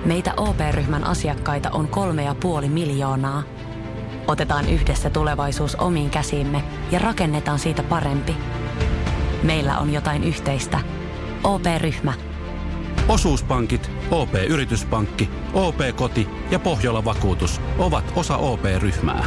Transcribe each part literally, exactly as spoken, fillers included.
Meitä O P-ryhmän asiakkaita on kolme ja puoli miljoonaa. Otetaan yhdessä tulevaisuus omiin käsiimme ja rakennetaan siitä parempi. Meillä on jotain yhteistä. O P-ryhmä. Osuuspankit, O P-yrityspankki, O P-koti ja Pohjola-vakuutus ovat osa O P-ryhmää.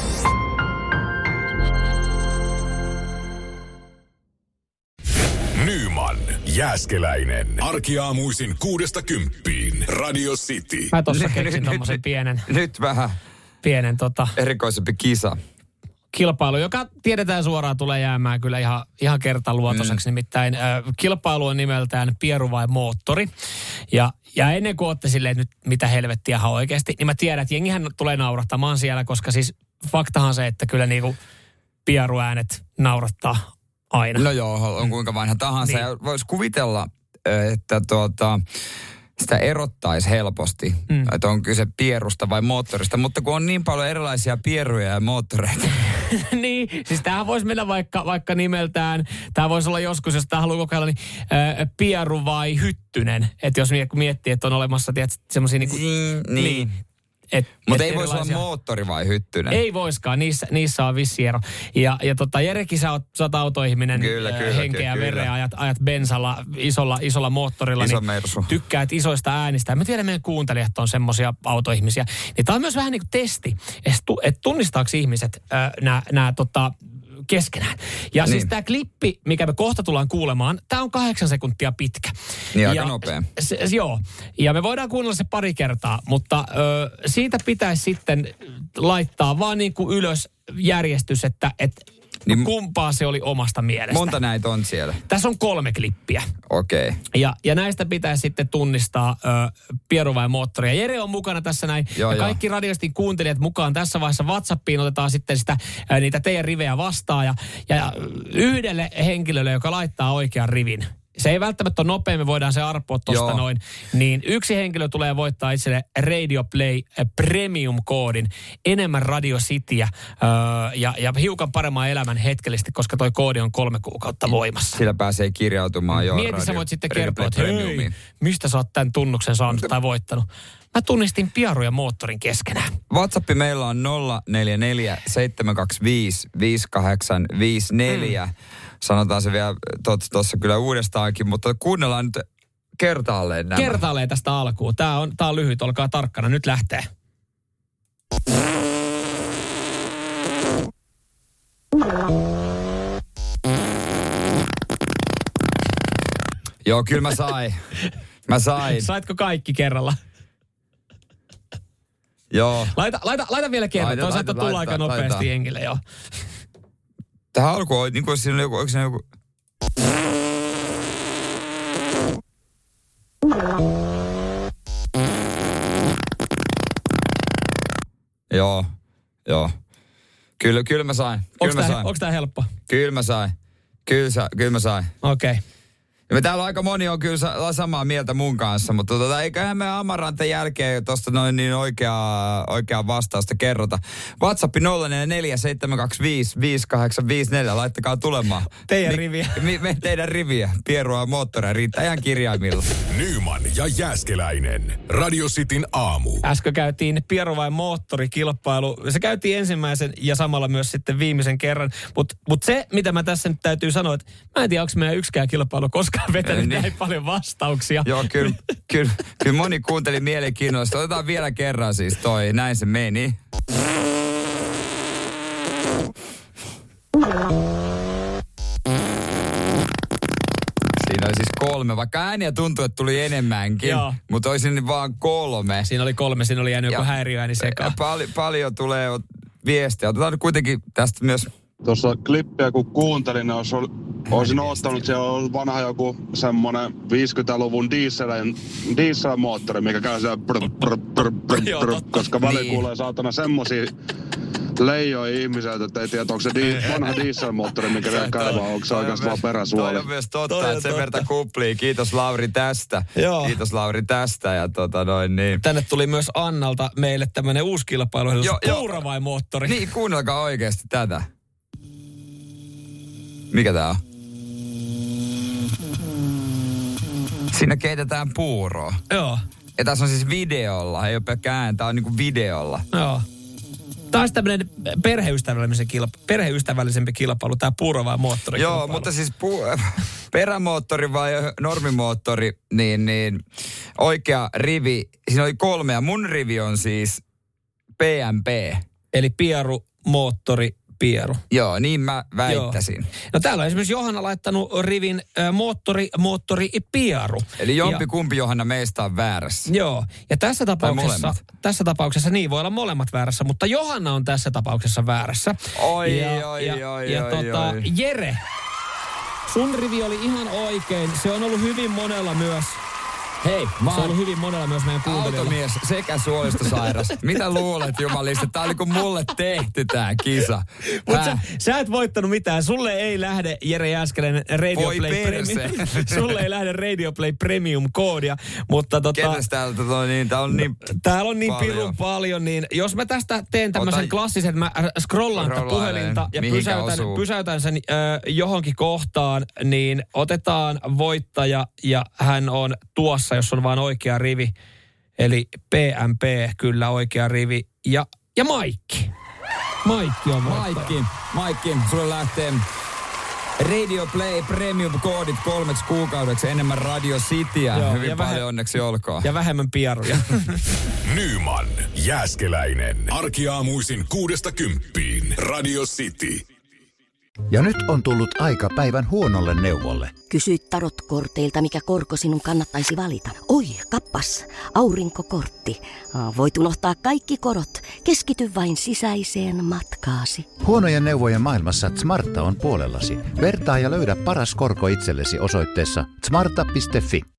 Nyman, Jääskeläinen. Arkiaamuisin kuudesta kymppiin. Radio City. Mä tossa keksin tommosen pienen... Nyt vähän pienen tota... erikoisempi kisa. Kilpailu, joka tiedetään suoraan tulee jäämään kyllä ihan, ihan kertaluotoiseksi. Mm. Nimittäin äh, kilpailu on nimeltään Pieru vai moottori. Ja, ja ennen kuin ootte silleen, että nyt mitä helvettiä ihan oikeasti, niin mä tiedän, että jengihän tulee naurattamaan siellä, koska siis faktahan se, että kyllä niinku pieruäänet naurattaa aina. No joo, on kuinka vanha tahansa. Niin. Ja vois kuvitella, että tuota... sitä erottaisi helposti, mm. että on kyse pierusta vai moottorista, mutta kun on niin paljon erilaisia pieruja ja moottoreita. Niin, siis tämähän voisi mennä vaikka, vaikka nimeltään, tämä voisi olla joskus, jos tämä haluaa kokeilla, niin ää, pieru vai hyttynen. Että jos miettii, että on olemassa, tiedät, semmoisia niin kuin... Niin, niin. Mutta ei voisi olla moottori vai hyttynen. Ei voiskaan, niissä, niissä on vissi ero. Ja, ja tota, Jerekin, sä oot, sä oot autoihminen, kyllä, kyllä, henkeä ja vereä, ajat, ajat bensalla, isolla, isolla moottorilla. Iso niin mersu. Tykkäät isoista äänistä. Mä tiedän, meidän kuuntelijat on semmoisia autoihmisiä. Niin tää on myös vähän niin kuin testi, että tunnistaako ihmiset äh, nämä tota, keskenään. Ja niin. Siis tämä klippi, mikä me kohta tullaan kuulemaan, tämä on kahdeksan sekuntia pitkä. Niin aika ja, nopea. Se, joo, ja me voidaan kuunnella se pari kertaa, mutta ö, siitä pitäisi sitten laittaa vaan niin kuin ylös järjestys, että et niin, kumpaa se oli omasta mielestä. Monta näitä on siellä? Tässä on kolme klippiä. Okei. Okay. Ja, ja näistä pitäisi sitten tunnistaa ö, pieru vai moottori. Ja Jere on mukana tässä näin. Joo, ja joo. kaikki radiostin kuuntelijat mukaan tässä vaiheessa WhatsAppiin otetaan sitten sitä, ö, niitä teidän rivejä vastaan. Ja, ja yhdelle henkilölle, joka laittaa oikean rivin, se ei välttämättä ole nopea, me voidaan se arpoa tuosta noin. Niin yksi henkilö tulee voittaa itselle Radio Play Premium-koodin, enemmän Radio Cityä öö, ja, ja hiukan paremman elämän hetkellisesti, koska toi koodi on kolme kuukautta voimassa. Sillä pääsee kirjautumaan jo. Mieti, radio, sä voit sitten kertoa, että hei, mistä sä oot tämän tunnuksen saanut tai voittanut. Mä tunnistin pieru ja moottorin keskenään. WhatsApp meillä on nolla neljä neljä seitsemän kaksi viisi viisi kahdeksan viisi neljä. Mm. Sanotaan se vielä tuossa kyllä uudestaankin, mutta kuunnellaan nyt kertaalleen nämä. Kertaalleen tästä alkuun. Tää on, tää on lyhyt, olkaa tarkkana. Nyt lähtee. Joo, kyllä mä sain. Mä sain. Saitko kaikki kerralla? Joo. Laita, laita, laita vielä kerran. Toisaalta tulla aika nopeasti laita. Jengille, joo. Tähän alkuun on, niin kuin siinä oli joku, onko siinä joku... Joo, joo. Kyllä, kyllä mä sain. Kyllä mä sain. Onko tää helppo? Kyllä mä sain. Kyllä, sa, kyllä mä sain. Okei. Okay. Ja täällä aika moni on kyllä samaa mieltä mun kanssa, mutta tota, eiköhän me Amaranten jälkeen tuosta noin niin oikeaa, oikeaa vastausta kerrota. WhatsApp nolla neljä neljä seitsemän kaksi viisi viisi kahdeksan viisi neljä, laittakaa tulemaan. Teidän mi, riviä. Mi, me, teidän riviä. Pierua ja moottoria riittää ihan kirjaimilla. Nyman ja Jääskeläinen. Radio Cityn aamu. Äsken käytiin pieru vai moottorikilpailu. Se käytiin ensimmäisen ja samalla myös sitten viimeisen kerran. Mutta mut se, mitä mä tässä nyt täytyy sanoa, että mä en tiedä, onko meidän yksikään kilpailu koskaan vetänyt niin. Näin paljon vastauksia. Joo, kyllä, kyllä, kyllä moni kuunteli mielenkiinnosta. Otetaan vielä kerran siis toi. Näin se meni. Siinä oli siis kolme, vaikka ääniä tuntui, että tuli enemmänkin. Joo. Mutta olisin vaan kolme. Siinä oli kolme, siinä oli jäänyt ja, joku häiriöääni sekaan. Pal- paljon tulee viestiä. Otetaan kuitenkin tästä myös... Tuossa klippiä kun kuuntelin, olisi, olisin ottanut, siellä on vanha joku semmonen viisikymmentäluvun dieselin, dieselmoottori, mikä käy siellä brr, brr, brr, brr, brr, koska väliin niin. Kuulee saatana semmosia leijoja ihmisiä, että ei tiedä, onko se di- vanha dieselmoottori, mikä vielä kaivaa, onko se oikeastaan vaan peräsuoli. Toi on myös totta, että sen verta kuplii. Kiitos Lauri tästä. Joo. Kiitos Lauri tästä ja tota noin niin. Tänne tuli myös Annalta meille tämmönen uusi kilpailu, puura vai moottori? Niin, kuunnelkaa oikeasti tätä. Mikä tää on? Siinä keitetään puuroa. Joo. Ja tässä on siis videolla, ei ole pelkkä ääntä, tää on niinku videolla. Joo. Taas tämmöinen perheystävällisempi, kilpa, perheystävällisempi kilpailu, tää puuro vai moottori. Joo, mutta siis pu- perämoottori vai normimoottori, niin, niin oikea rivi, siinä oli kolme ja mun rivi on siis P M P. Eli pieru, moottori, pieru. Joo, niin mä väittäisin. Joo. No täällä on esimerkiksi Johanna laittanut rivin äh, moottori, moottori, pieru. Eli jompi ja, kumpi Johanna meistä on väärässä. Joo, ja tässä tapauksessa, tässä tapauksessa niin voi olla molemmat väärässä, mutta Johanna on tässä tapauksessa väärässä. Oi, ja, oi, ja, oi, ja, oi, ja oi, tota, oi. Jere, sun rivi oli ihan oikein. Se on ollut hyvin monella myös. Hei, mä Se on ollut hyvin monella myös meidän kuuntelijoilla. automies sekä suolistosairas. Mitä luulet, jumalista? Tää oli kuin mulle tehty tää kisa. Mutta sä, sä et voittanut mitään. Sulle ei lähde, Jere Jääskeläinen, Radio Voi Play perse. Premium. Sulle ei lähde Radio Play Premium-koodia. Mutta tota... Ketäs täältä toi niin? Tää on niin Täällä on niin paljon. pirun paljon, niin jos mä tästä teen tämmöisen Ota- klassisen, että mä scrollaan tätä puhelinta ja mihinkä pysäytän, osuu. pysäytän sen äh, johonkin kohtaan, niin otetaan voittaja ja hän on tuossa, jos on vaan oikea rivi. Eli P M P, kyllä oikea rivi. Ja, ja Maikki. Maikki on voittaja. Maikki, Maikki, sulle lähtee Radio Play Premium-koodit kolmeksi kuukaudeksi enemmän Radio Cityä. Joo, Hyvin ja paljon vähän- onneksi olkoon. Ja vähemmän pieruja. Nyman, Jääskeläinen. Arkiaamuisin kuudesta kymppiin. Radio City. Ja nyt on tullut aika päivän huonolle neuvolle. Kysy tarotkorteilta, mikä korko sinun kannattaisi valita. Oi, kappas, aurinkokortti. Voit unohtaa kaikki korot. Keskity vain sisäiseen matkaasi. Huonojen neuvojen maailmassa Smarta on puolellasi. Vertaa ja löydä paras korko itsellesi osoitteessa smarta piste fi.